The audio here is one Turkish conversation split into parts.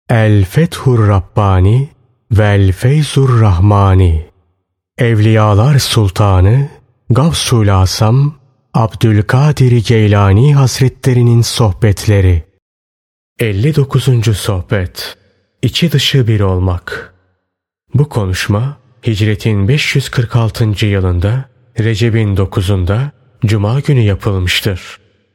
El Fethur Rabbani vel Feyzur Rahmani. Evliyalar Sultanı Gavsul Asam Abdülkadir Geylani Hazretlerinin sohbetleri. 59. sohbet. İçi dışı bir olmak. Bu konuşma Hicretin 546. yılında Recep'in 9'unda Cuma günü yapılmıştır.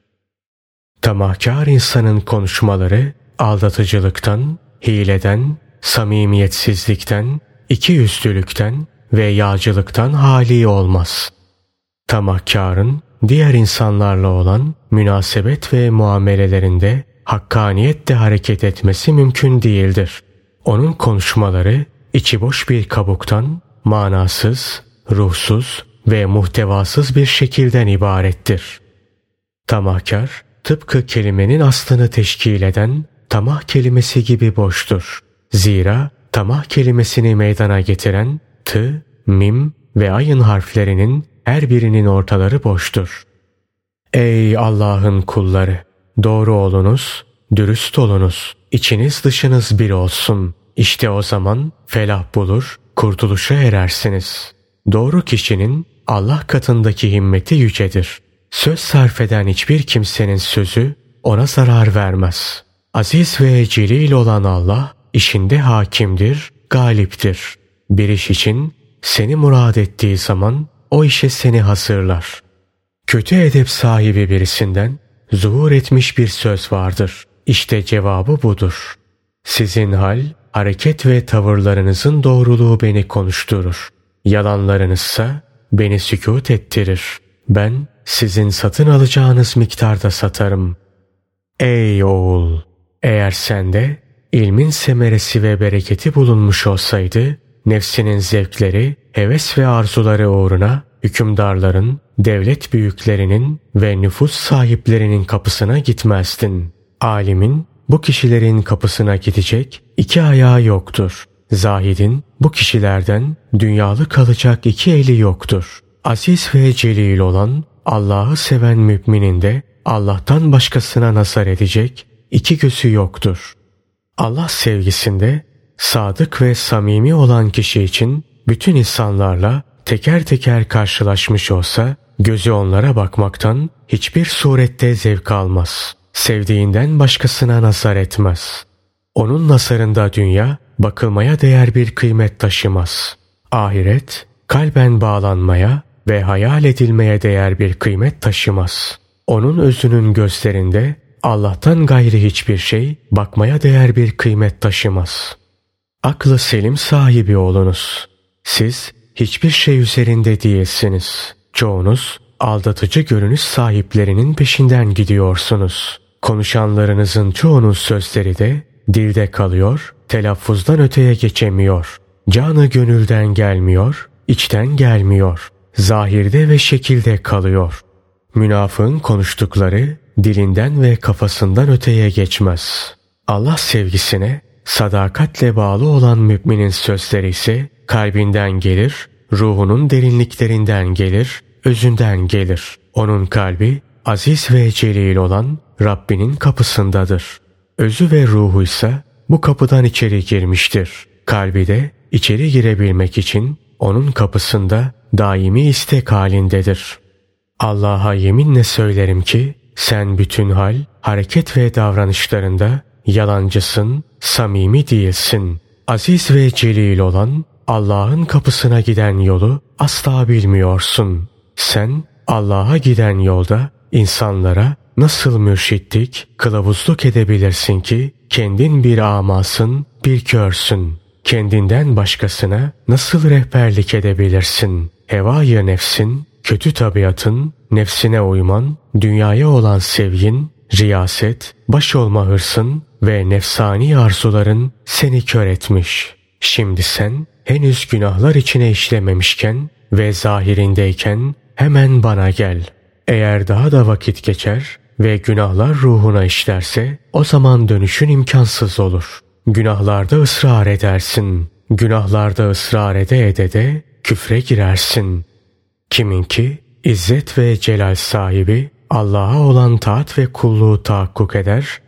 Tamahkar insanın konuşmaları aldatıcılıktan, hileden, samimiyetsizlikten, ikiyüzlülükten ve yağcılıktan hali olmaz. Tamahkarın diğer insanlarla olan münasebet ve muamelelerinde hakkaniyetle hareket etmesi mümkün değildir. Onun konuşmaları içi boş bir kabuktan, manasız, ruhsuz ve muhtevasız bir şekilden ibarettir. Tamahkar, tıpkı kelimenin aslını teşkil eden tamah kelimesi gibi boştur. Zira tamah kelimesini meydana getiren t, mim ve ayın harflerinin her birinin ortaları boştur. Ey Allah'ın kulları! Doğru olunuz, dürüst olunuz, içiniz dışınız bir olsun. İşte o zaman felah bulur, kurtuluşa erersiniz. Doğru kişinin Allah katındaki himmeti yücedir. Söz sarf eden hiçbir kimsenin sözü ona zarar vermez. Aziz ve celil olan Allah işinde hakimdir, galiptir. Bir iş için seni murad ettiği zaman o işe seni hazırlar. Kötü edep sahibi birisinden zuhur etmiş bir söz vardır. İşte cevabı budur. Sizin hal, hareket ve tavırlarınızın doğruluğu beni konuşturur. Yalanlarınızsa beni sükût ettirir. Ben sizin satın alacağınız miktarda satarım. Ey oğul! Eğer sende ilmin semeresi ve bereketi bulunmuş olsaydı, nefsinin zevkleri, heves ve arzuları uğruna hükümdarların, devlet büyüklerinin ve nüfus sahiplerinin kapısına gitmezdin. Alimin bu kişilerin kapısına gidecek iki ayağı yoktur. Zahidin bu kişilerden dünyalı kalacak iki eli yoktur. Aziz ve celil olan Allah'ı seven müminin de Allah'tan başkasına nazar edecek iki gözü yoktur. Allah sevgisinde sadık ve samimi olan kişi için bütün insanlarla teker teker karşılaşmış olsa gözü onlara bakmaktan hiçbir surette zevk almaz. Sevdiğinden başkasına nazar etmez. Onun nazarında dünya bakılmaya değer bir kıymet taşımaz. Ahiret kalben bağlanmaya ve hayal edilmeye değer bir kıymet taşımaz. Onun özünün gözlerinde Allah'tan gayri hiçbir şey bakmaya değer bir kıymet taşımaz. Aklı selim sahibi olunuz. Siz hiçbir şey üzerinde değilsiniz. Çoğunuz aldatıcı görünüş sahiplerinin peşinden gidiyorsunuz. Konuşanlarınızın çoğunun sözleri de dilde kalıyor, telaffuzdan öteye geçemiyor. Canı gönülden gelmiyor, içten gelmiyor. Zahirde ve şekilde kalıyor. Münafığın konuştukları dilinden ve kafasından öteye geçmez. Allah sevgisine sadakatle bağlı olan müminin sözleri ise kalbinden gelir, ruhunun derinliklerinden gelir, özünden gelir. Onun kalbi aziz ve celil olan Rabbinin kapısındadır. Özü ve ruhu ise bu kapıdan içeri girmiştir. Kalbi de içeri girebilmek için onun kapısında daimi istek halindedir. Allah'a yeminle söylerim ki sen bütün hal, hareket ve davranışlarında yalancısın, samimi değilsin. Aziz ve celil olan Allah'ın kapısına giden yolu asla bilmiyorsun. Sen Allah'a giden yolda insanlara nasıl mürşitlik, kılavuzluk edebilirsin ki kendin bir amasın, bir körsün. Kendinden başkasına nasıl rehberlik edebilirsin? Hevâ-i nefsin, kötü tabiatın, nefsine uyman, dünyaya olan sevgin, riyaset, baş olma hırsın ve nefsani arzuların seni kör etmiş. Şimdi sen henüz günahlar içine işlememişken ve zahirindeyken hemen bana gel. Eğer daha da vakit geçer ve günahlar ruhuna işlerse o zaman dönüşün imkansız olur. Günahlarda ısrar edersin. Günahlarda ısrar ede de küfre girersin. Kiminki izzet ve celal sahibi Allah'a olan taat ve kulluğu tahakkuk eder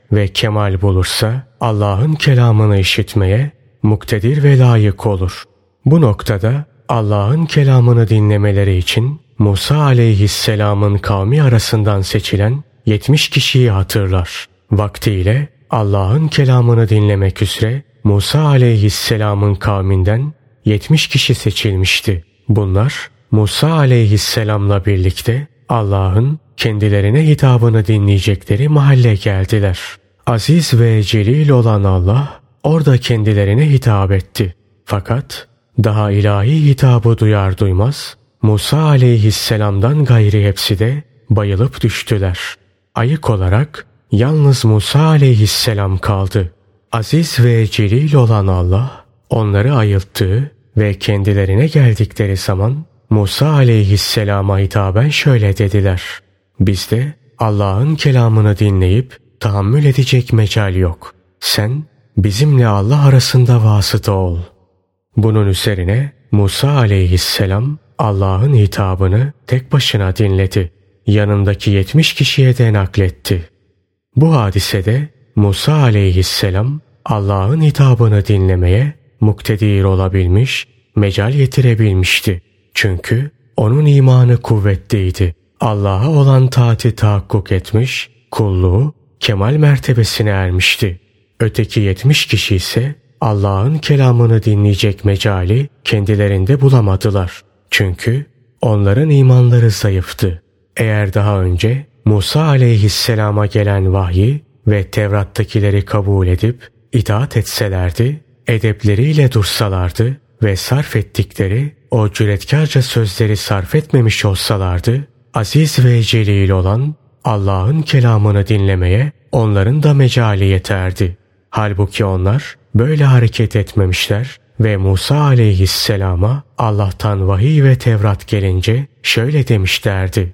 ve kemal bulursa Allah'ın kelamını işitmeye muktedir ve layık olur. Bu noktada Allah'ın kelamını dinlemeleri için Musa aleyhisselamın kavmi arasından seçilen 70 kişiyi hatırlar. Vaktiyle Allah'ın kelamını dinlemek üzere Musa aleyhisselamın kavminden 70 kişi seçilmişti. Bunlar Musa aleyhisselamla birlikte Allah'ın kendilerine hitabını dinleyecekleri mahalle geldiler. Aziz ve celil olan Allah orada kendilerine hitap etti. Fakat daha ilahi hitabı duyar duymaz Musa aleyhisselamdan gayri hepsi de bayılıp düştüler. Ayık olarak yalnız Musa aleyhisselam kaldı. Aziz ve celil olan Allah onları ayılttığı ve kendilerine geldikleri zaman Musa aleyhisselama hitaben şöyle dediler: bizde Allah'ın kelamını dinleyip tahammül edecek mecal yok. Sen bizimle Allah arasında vasıta ol. Bunun üzerine Musa aleyhisselam Allah'ın hitabını tek başına dinledi. Yanındaki 70 kişiye de nakletti. Bu hadisede Musa aleyhisselam Allah'ın hitabını dinlemeye muktedir olabilmiş, mecal yetirebilmişti. Çünkü onun imanı kuvvetliydi. Allah'a olan taati tahakkuk etmiş, kulluğu kemal mertebesine ermişti. Öteki 70 kişi ise Allah'ın kelamını dinleyecek mecali kendilerinde bulamadılar. Çünkü onların imanları zayıftı. Eğer daha önce Musa aleyhisselama gelen vahyi ve Tevrat'takileri kabul edip itaat etselerdi, edepleriyle dursalardı ve sarf ettikleri o cüretkarca sözleri sarf etmemiş olsalardı, aziz ve celil olan Allah'ın kelamını dinlemeye onların da mecali yeterdi. Halbuki onlar böyle hareket etmemişler ve Musa aleyhisselama Allah'tan vahiy ve Tevrat gelince şöyle demişlerdi: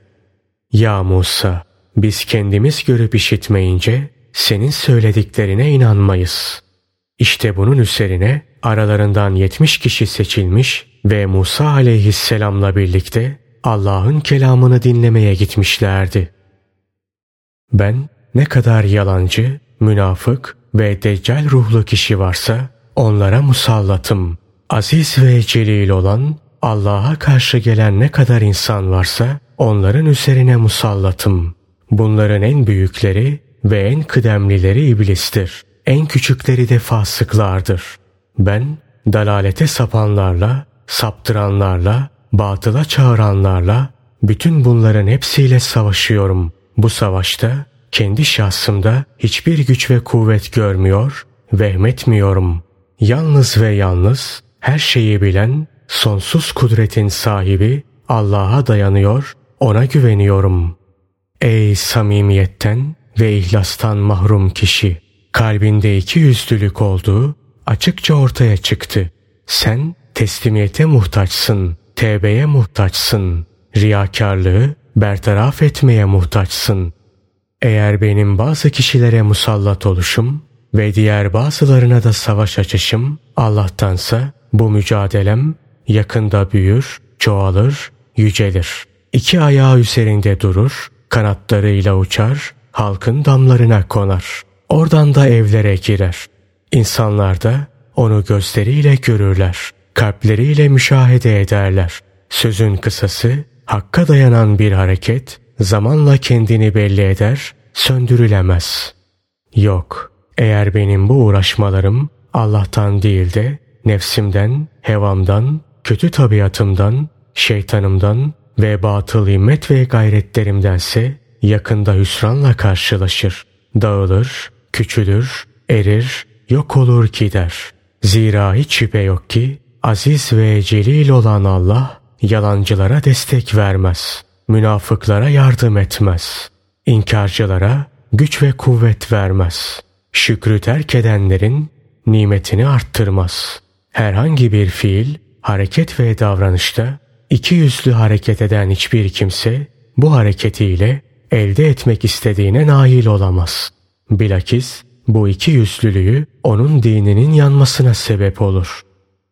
Ya Musa, biz kendimiz görüp işitmeyince senin söylediklerine inanmayız. İşte bunun üzerine aralarından 70 kişi seçilmiş ve Musa aleyhisselamla birlikte Allah'ın kelamını dinlemeye gitmişlerdi. Ben ne kadar yalancı, münafık ve deccal ruhlu kişi varsa onlara musallatım. Aziz ve celil olan Allah'a karşı gelen ne kadar insan varsa onların üzerine musallatım. Bunların en büyükleri ve en kıdemlileri iblistir. En küçükleri de fasıklardır. Ben dalalete sapanlarla, saptıranlarla, batıla çağıranlarla, bütün bunların hepsiyle savaşıyorum. Bu savaşta kendi şahsımda hiçbir güç ve kuvvet görmüyor, vehmetmiyorum. Yalnız ve yalnız her şeyi bilen, sonsuz kudretin sahibi Allah'a dayanıyor, ona güveniyorum. Ey samimiyetten ve ihlastan mahrum kişi! Kalbinde ikiyüzlülük olduğu açıkça ortaya çıktı. Sen teslimiyete muhtaçsın, tevbeye muhtaçsın, riyakarlığı bertaraf etmeye muhtaçsın. Eğer benim bazı kişilere musallat oluşum ve diğer bazılarına da savaş açışım Allah'tansa bu mücadelem yakında büyür, çoğalır, yücelir. 2 ayağı üzerinde durur, kanatlarıyla uçar, halkın damlarına konar. Oradan da evlere girer. İnsanlar da onu gözleriyle görürler, kalpleriyle müşahede ederler. Sözün kısası, hakka dayanan bir hareket zamanla kendini belli eder, söndürülemez. Yok, eğer benim bu uğraşmalarım Allah'tan değil de nefsimden, hevamdan, kötü tabiatımdan, şeytanımdan ve batıl himmet ve gayretlerimdense yakında hüsranla karşılaşır. Dağılır, küçülür, erir, yok olur gider. Zira hiç şüphe yok ki aziz ve celil olan Allah yalancılara destek vermez. Münafıklara yardım etmez. İnkarcılara güç ve kuvvet vermez. Şükrü terk edenlerin nimetini arttırmaz. Herhangi bir fiil, hareket ve davranışta ikiyüzlü hareket eden hiçbir kimse bu hareketiyle elde etmek istediğine nail olamaz. Bilakis bu ikiyüzlülüğü onun dininin yanmasına sebep olur.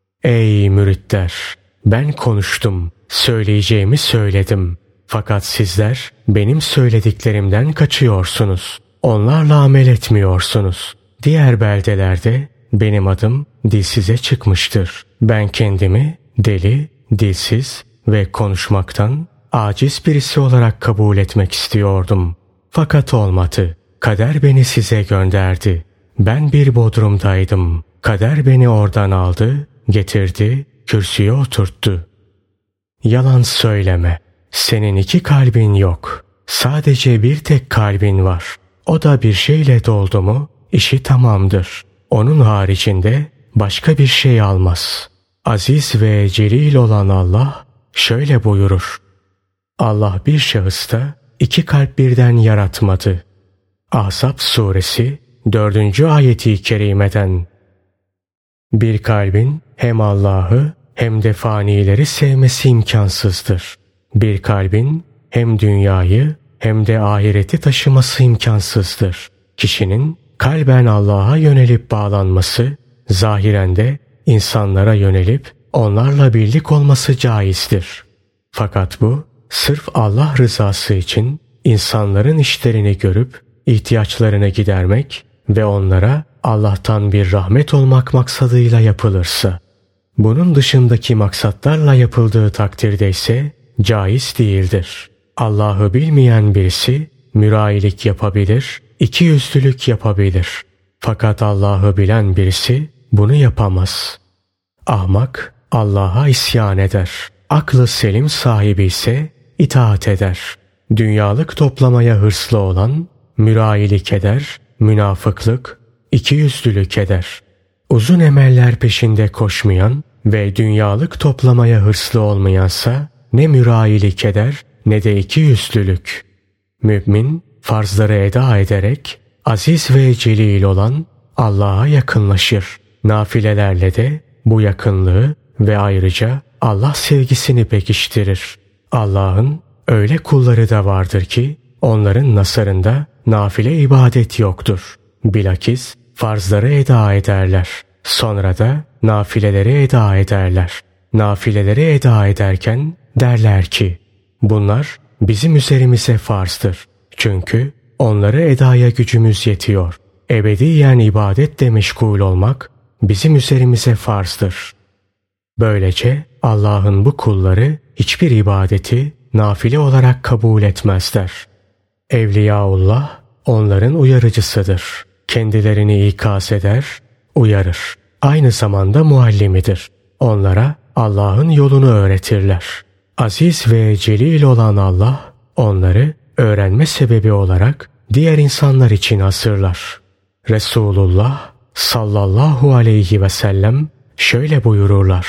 Ey müritler! Ben konuştum, söyleyeceğimi söyledim. Fakat sizler benim söylediklerimden kaçıyorsunuz. onlarla amel etmiyorsunuz. Diğer beldelerde benim adım dilsize çıkmıştır. Ben kendimi deli, dilsiz ve konuşmaktan aciz birisi olarak kabul etmek istiyordum. Fakat olmadı. Kader beni size gönderdi. Ben bir bodrumdaydım. Kader beni oradan aldı, getirdi, kürsüye oturttu. Yalan söyleme. Senin 2 kalbin yok. Sadece bir tek kalbin var. O da bir şeyle doldu mu işi tamamdır. Onun haricinde başka bir şey almaz. Aziz ve celil olan Allah şöyle buyurur. Allah bir şahısta 2 kalp birden yaratmadı. Ahzab suresi 4. ayeti kerimeden. Bir kalbin hem Allah'ı hem de fanileri sevmesi imkansızdır. Bir kalbin hem dünyayı hem de ahireti taşıması imkansızdır. Kişinin kalben Allah'a yönelip bağlanması, zahiren de insanlara yönelip onlarla birlik olması caizdir. Fakat bu sırf Allah rızası için insanların işlerini görüp ihtiyaçlarını gidermek ve onlara Allah'tan bir rahmet olmak maksadıyla yapılırsa, bunun dışındaki maksatlarla yapıldığı takdirde ise caiz değildir. Allah'ı bilmeyen birisi mürailik yapabilir, ikiyüzlülük yapabilir. Fakat Allah'ı bilen birisi bunu yapamaz. Ahmak Allah'a isyan eder. Aklı selim sahibi ise itaat eder. Dünyalık toplamaya hırslı olan mürailik eder, münafıklık, ikiyüzlülük eder. Uzun emeller peşinde koşmayan ve dünyalık toplamaya hırslı olmayansa ne mürailik eder ne de ikiyüzlülük. Mümin farzları eda ederek aziz ve celil olan Allah'a yakınlaşır. Nafilelerle de bu yakınlığı ve ayrıca Allah sevgisini pekiştirir. Allah'ın öyle kulları da vardır ki onların nazarında nafile ibadet yoktur. Bilakis farzları eda ederler. Sonra da nafileleri eda ederler. Nafileleri eda ederken derler ki bunlar bizim üzerimize farzdır. Çünkü onları edaya gücümüz yetiyor. Ebediyen ibadetle meşgul olmak bizim üzerimize farzdır. Böylece Allah'ın bu kulları hiçbir ibadeti nafile olarak kabul etmezler. Evliyaullah onların uyarıcısıdır. Kendilerini ikaz eder, uyarır. Aynı zamanda muallimidir. Onlara Allah'ın yolunu öğretirler. Aziz ve celil olan Allah onları öğrenme sebebi olarak diğer insanlar için hazırlar. Resulullah sallallahu aleyhi ve sellem şöyle buyururlar.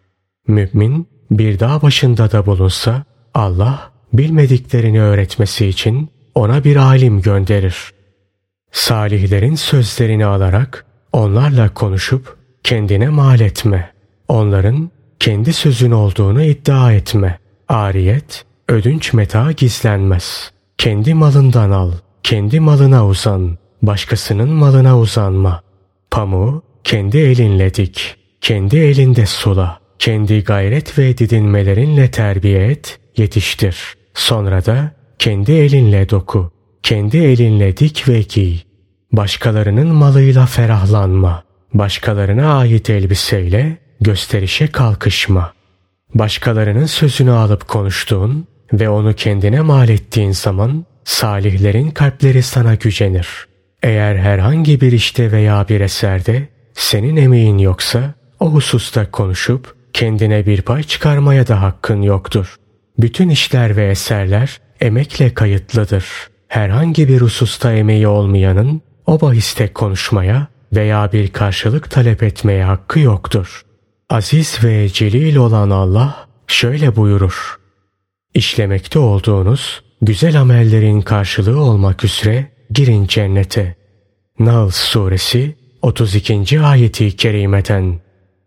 Mümin bir dağ başında da bulunsa Allah bilmediklerini öğretmesi için ona bir alim gönderir. Salihlerin sözlerini alarak onlarla konuşup kendine mal etme. Onların kendi sözün olduğunu iddia etme. Ariyet, ödünç meta gizlenmez. Kendi malından al, kendi malına uzan, başkasının malına uzanma. Pamuğu kendi elinle dik, kendi elinde sula. Kendi gayret ve didinmelerinle terbiye et, yetiştir. Sonra da kendi elinle doku, kendi elinle dik ve giy. Başkalarının malıyla ferahlanma. Başkalarına ait elbiseyle gösterişe kalkışma. Başkalarının sözünü alıp konuştuğun ve onu kendine mal ettiğin zaman salihlerin kalpleri sana gücenir. Eğer herhangi bir işte veya bir eserde senin emeğin yoksa o hususta konuşup kendine bir pay çıkarmaya da hakkın yoktur. Bütün işler ve eserler emekle kayıtlıdır. Herhangi bir hususta emeği olmayanın o bahiste konuşmaya veya bir karşılık talep etmeye hakkı yoktur. Aziz ve celil olan Allah şöyle buyurur. İşlemekte olduğunuz güzel amellerin karşılığı olmak üzere girin cennete. Nahl suresi 32. ayeti kerimeden.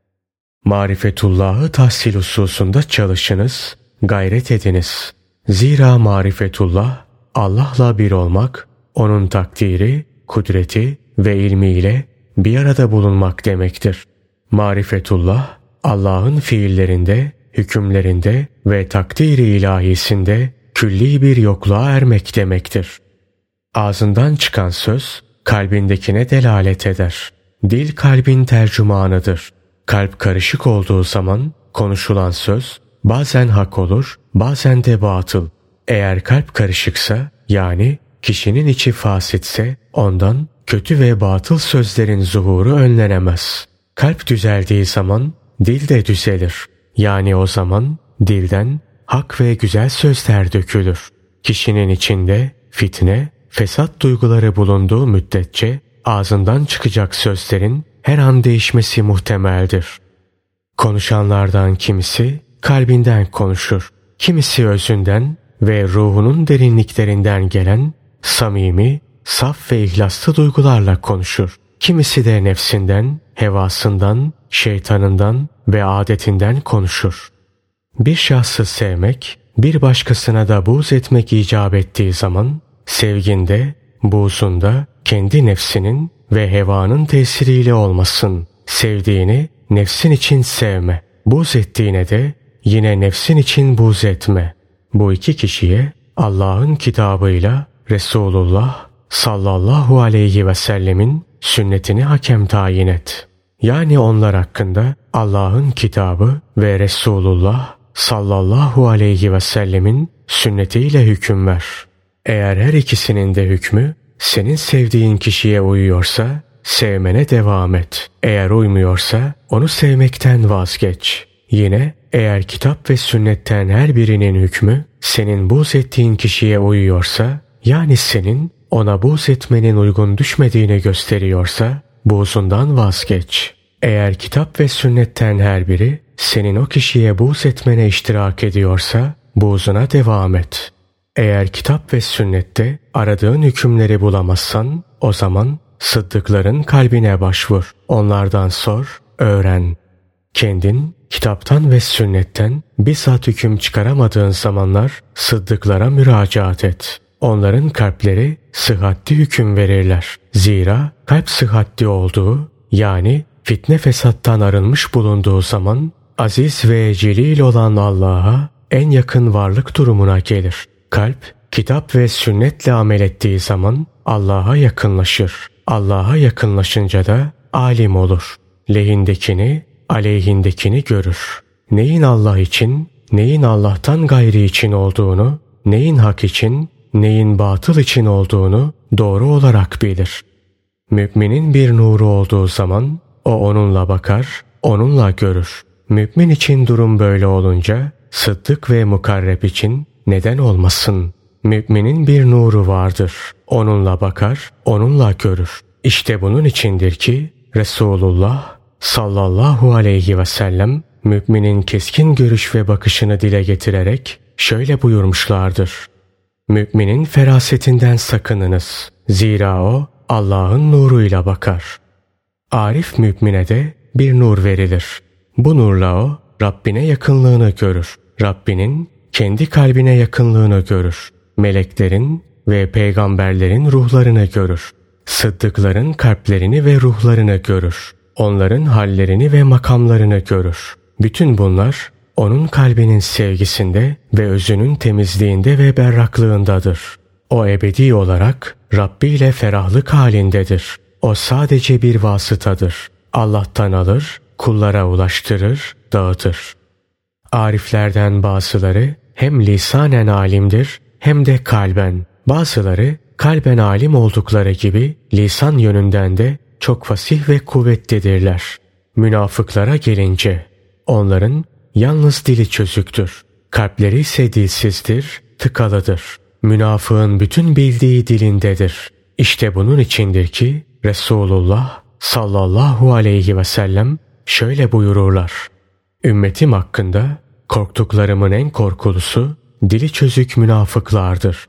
Marifetullah'ı tahsil hususunda çalışınız, gayret ediniz. Zira marifetullah, Allah'la bir olmak, onun takdiri, kudreti ve ilmiyle bir arada bulunmak demektir. Marifetullah, Allah'ın fiillerinde, hükümlerinde ve takdiri ilahisinde külli bir yokluğa ermek demektir. Ağzından çıkan söz kalbindekine delalet eder. Dil kalbin tercümanıdır. Kalp karışık olduğu zaman konuşulan söz bazen hak olur, bazen de batıl. Eğer kalp karışıksa, yani kişinin içi fasitse, ondan kötü ve batıl sözlerin zuhuru önlenemez. Kalp düzeldiği zaman dil de düzelir. Yani o zaman dilden hak ve güzel sözler dökülür. Kişinin içinde fitne, fesat duyguları bulunduğu müddetçe ağzından çıkacak sözlerin her an değişmesi muhtemeldir. Konuşanlardan kimisi kalbinden konuşur. Kimisi özünden ve ruhunun derinliklerinden gelen samimi, saf ve ihlaslı duygularla konuşur. Kimisi de nefsinden, hevasından, şeytanından ve adetinden konuşur. Bir şahsı sevmek, bir başkasına da buğz etmek icap ettiği zaman, sevginde, buğzunda kendi nefsinin ve hevanın tesiriyle olmasın. Sevdiğini nefsin için sevme. Buğz ettiğine de yine nefsin için buğz etme. Bu iki kişiye Allah'ın kitabıyla Resulullah sallallahu aleyhi ve sellemin sünnetini hakem tayin et. Yani onlar hakkında Allah'ın kitabı ve Resulullah sallallahu aleyhi ve sellemin sünnetiyle hüküm ver. Eğer her ikisinin de hükmü senin sevdiğin kişiye uyuyorsa sevmene devam et. Eğer uymuyorsa onu sevmekten vazgeç. Yine eğer kitap ve sünnetten her birinin hükmü senin buğz ettiğin kişiye uyuyorsa, yani senin ona buğz etmenin uygun düşmediğini gösteriyorsa buğzundan vazgeç. Eğer kitap ve sünnetten her biri senin o kişiye buğz etmene iştirak ediyorsa buğzuna devam et. Eğer kitap ve sünnette aradığın hükümleri bulamazsan o zaman sıddıkların kalbine başvur. Onlardan sor, öğren. Kendin kitaptan ve sünnetten bizzat hüküm çıkaramadığın zamanlar sıddıklara müracaat et. Onların kalpleri sıhhatli hüküm verirler. Zira kalp sıhhatli olduğu, yani fitne fesattan arınmış bulunduğu zaman aziz ve celil olan Allah'a en yakın varlık durumuna gelir. Kalp kitap ve sünnetle amel ettiği zaman Allah'a yakınlaşır. Allah'a yakınlaşınca da alim olur. Lehindekini, aleyhindekini görür. Neyin Allah için, neyin Allah'tan gayri için olduğunu, neyin hak için, neyin batıl için olduğunu doğru olarak bilir. Müminin bir nuru olduğu zaman o onunla bakar, onunla görür. Mümin için durum böyle olunca sıddık ve mukarreb için neden olmasın? Müminin bir nuru vardır. Onunla bakar, onunla görür. İşte bunun içindir ki Resulullah sallallahu aleyhi ve sellem müminin keskin görüş ve bakışını dile getirerek şöyle buyurmuşlardır. Müminin ferasetinden sakınınız. Zira o Allah'ın nuruyla bakar. Arif mümine de bir nur verilir. Bu nurla o Rabbine yakınlığını görür. Rabbinin kendi kalbine yakınlığını görür. Meleklerin ve peygamberlerin ruhlarını görür. Sıddıkların kalplerini ve ruhlarını görür. Onların hallerini ve makamlarını görür. Bütün bunlar onun kalbinin sevgisinde ve özünün temizliğinde ve berraklığındadır. O ebedi olarak Rabbi ile ferahlık halindedir. O sadece bir vasıtadır. Allah'tan alır, kullara ulaştırır, dağıtır. Ariflerden bazıları hem lisanen alimdir hem de kalben. Bazıları kalben alim oldukları gibi lisan yönünden de çok fasih ve kuvvetlidirler. Münafıklara gelince onların yalnız dili çözüktür. Kalpleri ise dilsizdir, tıkalıdır. Münafığın bütün bildiği dilindedir. İşte bunun içindir ki Resulullah sallallahu aleyhi ve sellem şöyle buyururlar. Ümmetim hakkında korktuklarımın en korkulusu dili çözük münafıklardır.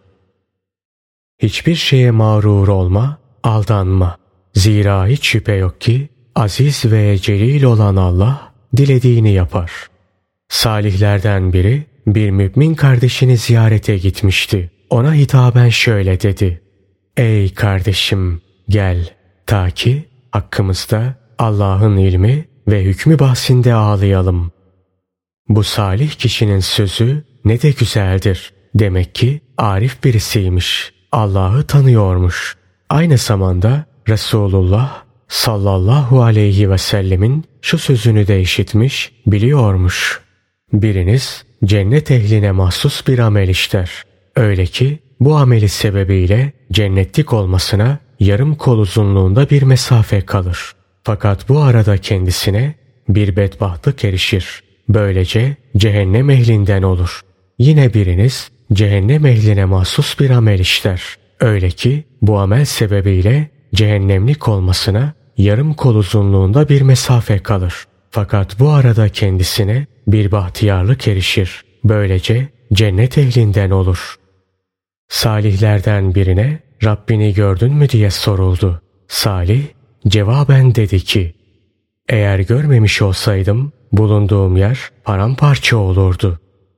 Hiçbir şeye mağrur olma, aldanma. Zira hiç şüphe yok ki aziz ve celil olan Allah dilediğini yapar. Salihlerden biri bir mümin kardeşini ziyarete gitmişti. Ona hitaben şöyle dedi. Ey kardeşim gel ta ki hakkımızda Allah'ın ilmi ve hükmü bahsinde ağlayalım. Bu salih kişinin sözü ne de güzeldir. Demek ki arif birisiymiş. Allah'ı tanıyormuş. Aynı zamanda Resulullah sallallahu aleyhi ve sellemin şu sözünü de işitmiş, biliyormuş. Biriniz cennet ehline mahsus bir amel işler. Öyle ki bu ameli sebebiyle cennetlik olmasına yarım kol uzunluğunda bir mesafe kalır. Fakat bu arada kendisine bir bedbahtlık erişir. Böylece cehennem ehlinden olur. Yine biriniz cehennem ehline mahsus bir amel işler. Öyle ki bu amel sebebiyle cehennemlik olmasına yarım kol uzunluğunda bir mesafe kalır. Fakat bu arada kendisine bir bahtiyarlık erişir. Böylece cennet ehlinden olur. Salihlerden birine Rabbini gördün mü diye soruldu. Salih cevaben dedi ki, eğer görmemiş olsaydım bulunduğum yer paramparça olurdu.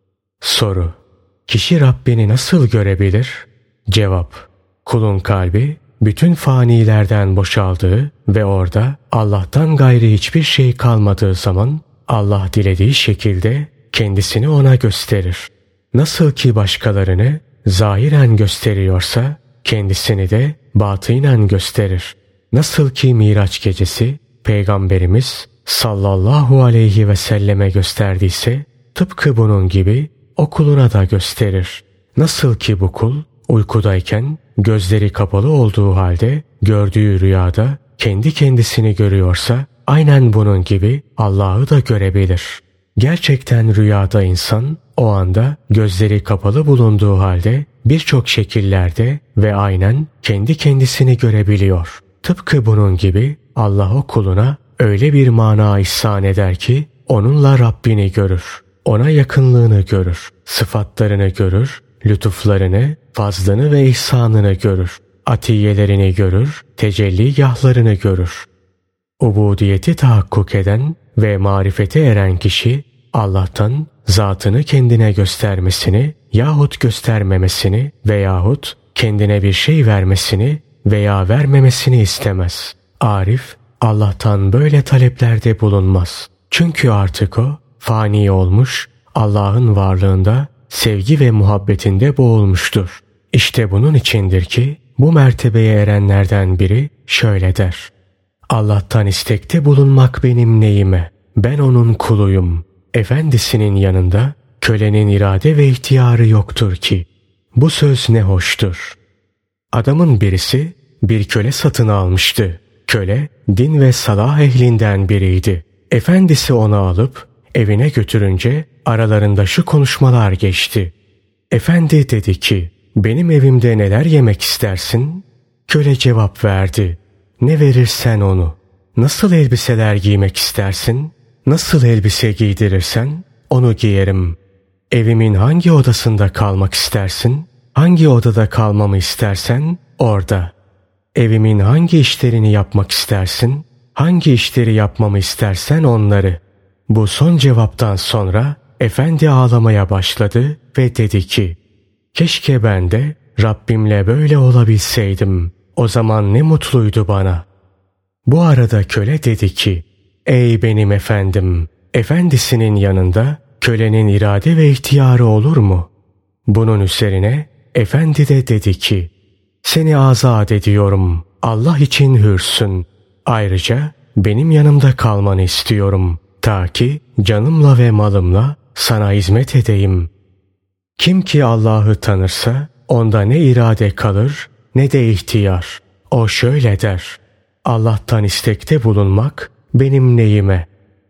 Soru: kişi Rabbini nasıl görebilir? Cevap: kulun kalbi bütün fanilerden boşaldığı ve orada Allah'tan gayri hiçbir şey kalmadığı zaman Allah dilediği şekilde kendisini ona gösterir. Nasıl ki başkalarını zahiren gösteriyorsa kendisini de batinen gösterir. Nasıl ki Miraç gecesi Peygamberimiz sallallahu aleyhi ve selleme gösterdiyse tıpkı bunun gibi o kuluna da gösterir. Nasıl ki bu kul uykudayken gözleri kapalı olduğu halde gördüğü rüyada kendi kendisini görüyorsa aynen bunun gibi Allah'ı da görebilir. Gerçekten rüyada insan o anda gözleri kapalı bulunduğu halde birçok şekillerde ve aynen kendi kendisini görebiliyor. Tıpkı bunun gibi Allah o kuluna öyle bir mana ihsan eder ki onunla Rabbini görür. Ona yakınlığını görür. Sıfatlarını görür. Lütuflarını, fazlını ve ihsanını görür. Atiyelerini görür. Tecelligahlarını görür. Ubudiyeti tahakkuk eden ve marifete eren kişi Allah'tan zatını kendine göstermesini yahut göstermemesini veyahut kendine bir şey vermesini veya vermemesini istemez. Arif Allah'tan böyle taleplerde bulunmaz. Çünkü artık o fani olmuş, Allah'ın varlığında, sevgi ve muhabbetinde boğulmuştur. İşte bunun içindir ki bu mertebeye erenlerden biri şöyle der: Allah'tan istekte bulunmak benim neyime? Ben onun kuluyum. Efendisinin yanında kölenin irade ve ihtiyarı yoktur ki. Bu söz ne hoştur. Adamın birisi bir köle satın almıştı. Köle din ve salah ehlinden biriydi. Efendisi onu alıp evine götürünce aralarında şu konuşmalar geçti. Efendi dedi ki, benim evimde neler yemek istersin? Köle cevap verdi. Ne verirsen onu. Nasıl elbiseler giymek istersin? Nasıl elbise giydirirsen onu giyerim. Evimin hangi odasında kalmak istersin? Hangi odada kalmamı istersen orada. Evimin hangi işlerini yapmak istersin? Hangi işleri yapmamı istersen onları. Bu son cevaptan sonra efendi ağlamaya başladı ve dedi ki, keşke ben de Rabbimle böyle olabilseydim. O zaman ne mutluydu bana. Bu arada köle dedi ki, ey benim efendim, efendisinin yanında kölenin irade ve ihtiyarı olur mu? Bunun üzerine efendi de dedi ki, seni azat ediyorum. Allah için hürsün. Ayrıca benim yanımda kalmanı istiyorum. Ta ki canımla ve malımla sana hizmet edeyim. Kim ki Allah'ı tanırsa onda ne irade kalır ne de ihtiyar. O şöyle der: Allah'tan istekte bulunmak benim neyime?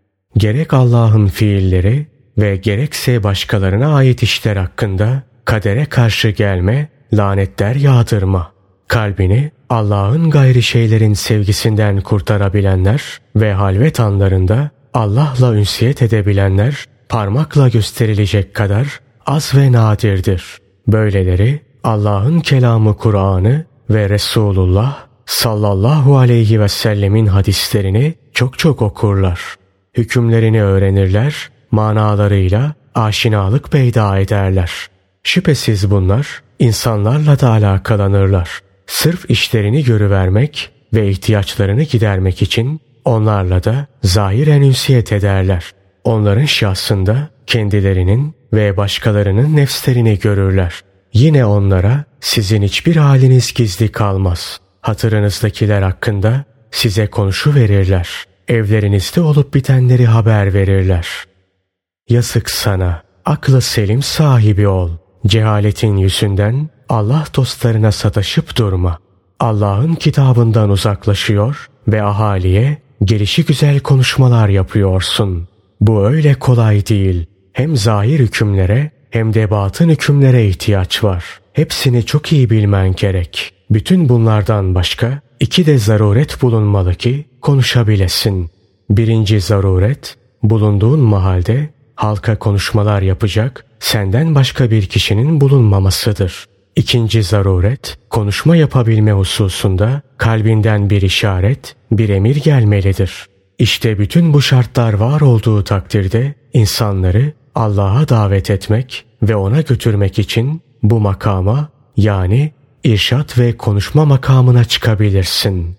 Gerek Allah'ın fiilleri ve gerekse başkalarına ait işler hakkında kadere karşı gelme, lanetler yağdırma. Kalbini Allah'ın gayri şeylerin sevgisinden kurtarabilenler ve halvet anlarında Allah'la ünsiyet edebilenler parmakla gösterilecek kadar az ve nadirdir. Böyleleri Allah'ın kelamı Kur'an'ı ve Resulullah sallallahu aleyhi ve sellemin hadislerini çok çok okurlar. Hükümlerini öğrenirler, manalarıyla aşinalık peyda ederler. Şüphesiz bunlar insanlarla da alakalanırlar. Sırf işlerini görüvermek ve ihtiyaçlarını gidermek için onlarla da zahiren ünsiyet ederler. Onların şahsında kendilerinin ve başkalarının nefslerini görürler. Yine onlara sizin hiçbir haliniz gizli kalmaz. Hatırınızdakiler hakkında size konuşuverirler. Evlerinizde olup bitenleri haber verirler. Yazık sana, aklı selim sahibi ol. Cehaletin yüzünden Allah dostlarına sataşıp durma. Allah'ın kitabından uzaklaşıyor ve ahaliye gelişigüzel konuşmalar yapıyorsun. Bu öyle kolay değil. Hem zahir hükümlere hem de batın hükümlere ihtiyaç var. Hepsini çok iyi bilmen gerek. Bütün bunlardan başka 2 de zaruret bulunmalı ki konuşabilesin. 1. zaruret, bulunduğun mahalde halka konuşmalar yapacak senden başka bir kişinin bulunmamasıdır. 2. zaruret, konuşma yapabilme hususunda kalbinden bir işaret, bir emir gelmelidir. İşte bütün bu şartlar var olduğu takdirde insanları Allah'a davet etmek ve ona götürmek için bu makama, yani irşat ve konuşma makamına çıkabilirsin.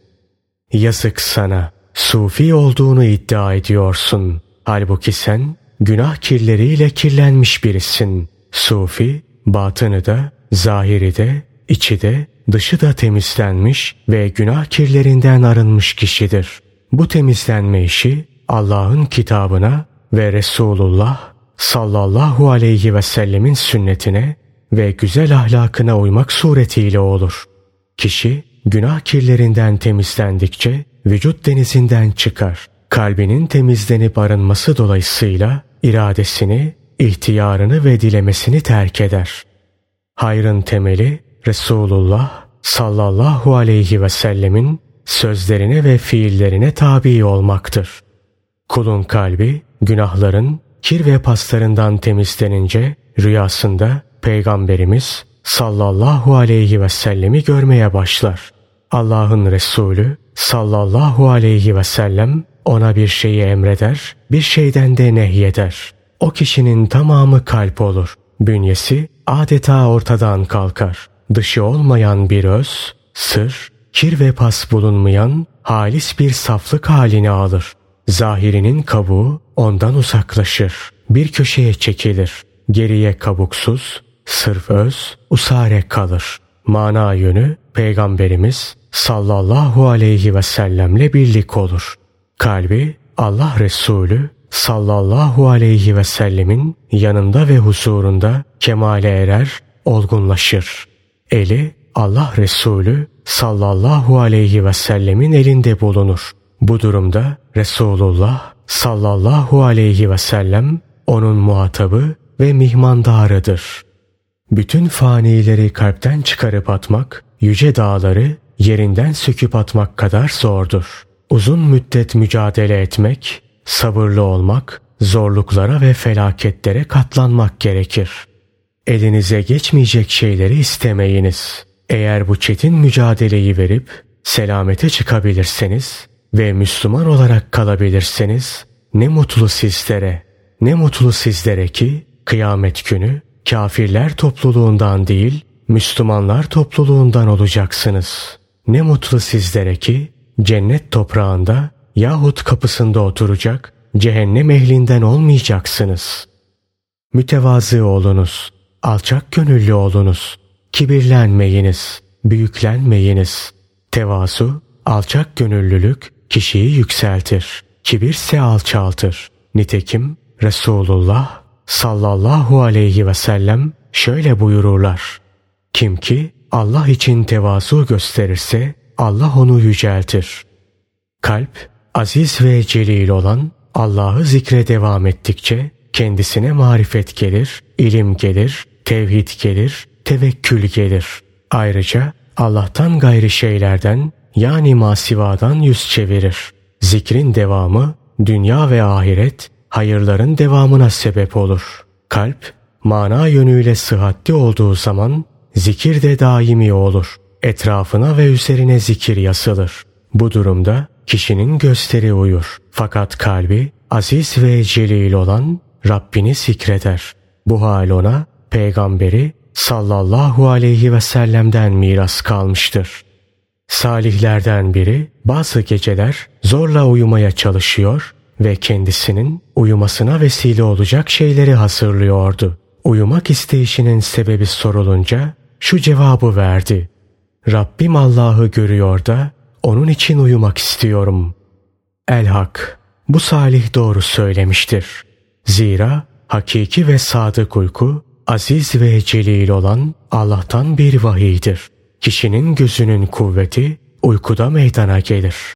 Yazık sana, sufi olduğunu iddia ediyorsun. Halbuki sen günah kirleriyle kirlenmiş birisin. Sufi, batını da, zahiri de, içi de, dışı da temizlenmiş ve günah kirlerinden arınmış kişidir. Bu temizlenme işi Allah'ın kitabına ve Resulullah sallallahu aleyhi ve sellemin sünnetine ve güzel ahlakına uymak suretiyle olur. Kişi günah kirlerinden temizlendikçe vücut denizinden çıkar. Kalbinin temizlenip arınması dolayısıyla iradesini, ihtiyarını ve dilemesini terk eder. Hayrın temeli Resulullah sallallahu aleyhi ve sellemin sözlerine ve fiillerine tabi olmaktır. Kulun kalbi günahların, kir ve paslarından temizlenince rüyasında Peygamberimiz sallallahu aleyhi ve sellemi görmeye başlar. Allah'ın Resulü sallallahu aleyhi ve sellem ona bir şeyi emreder, bir şeyden de nehyeder. O kişinin tamamı kalp olur. Bünyesi adeta ortadan kalkar. Dışı olmayan bir öz, sır, kir ve pas bulunmayan halis bir saflık halini alır. Zahirinin kabuğu ondan uzaklaşır. Bir köşeye çekilir. Geriye kabuksuz, sırf öz, usare kalır. Mana yönü Peygamberimiz sallallahu aleyhi ve sellemle birlik olur. Kalbi Allah Resulü sallallahu aleyhi ve sellemin yanında ve huzurunda kemale erer, olgunlaşır. Eli Allah Resulü sallallahu aleyhi ve sellemin elinde bulunur. Bu durumda Resulullah sallallahu aleyhi ve sellem onun muhatabı ve mihmandarıdır. Bütün fanileri kalpten çıkarıp atmak, yüce dağları yerinden söküp atmak kadar zordur. Uzun müddet mücadele etmek, sabırlı olmak, zorluklara ve felaketlere katlanmak gerekir. Elinize geçmeyecek şeyleri istemeyiniz. Eğer bu çetin mücadeleyi verip selamete çıkabilirseniz ve Müslüman olarak kalabilirseniz ne mutlu sizlere. Ne mutlu sizlere ki kıyamet günü kafirler topluluğundan değil Müslümanlar topluluğundan olacaksınız. Ne mutlu sizlere ki cennet toprağında yahut kapısında oturacak cehennem ehlinden olmayacaksınız. Mütevazı olunuz, alçak gönüllü olunuz, kibirlenmeyiniz, büyüklenmeyiniz. Tevazu, alçak gönüllülük kişiyi yükseltir, kibirse alçaltır. Nitekim Resulullah sallallahu aleyhi ve sellem şöyle buyururlar. Kim ki Allah için tevazu gösterirse Allah onu yüceltir. Kalp, aziz ve celil olan Allah'ı zikre devam ettikçe kendisine marifet gelir, ilim gelir, tevhid gelir, tevekkül gelir. Ayrıca Allah'tan gayri şeylerden yani masivadan yüz çevirir. Zikrin devamı dünya ve ahiret hayırların devamına sebep olur. Kalp mana yönüyle sıhhatli olduğu zaman zikir de daimi olur. Etrafına ve üzerine zikir yasılır. Bu durumda kişinin gözleri uyur. Fakat kalbi aziz ve celil olan Rabbini zikreder. Bu hal ona Peygamberi sallallahu aleyhi ve sellem'den miras kalmıştır. Salihlerden biri bazı geceler zorla uyumaya çalışıyor ve kendisinin uyumasına vesile olacak şeyleri hazırlıyordu. Uyumak isteyişinin sebebi sorulunca şu cevabı verdi: Rabbim Allah'ı görüyor da onun için uyumak istiyorum. El-Hak, bu salih doğru söylemiştir. Zira hakiki ve sadık uyku, aziz ve celil olan Allah'tan bir vahiydir. Kişinin gözünün kuvveti uykuda meydana gelir.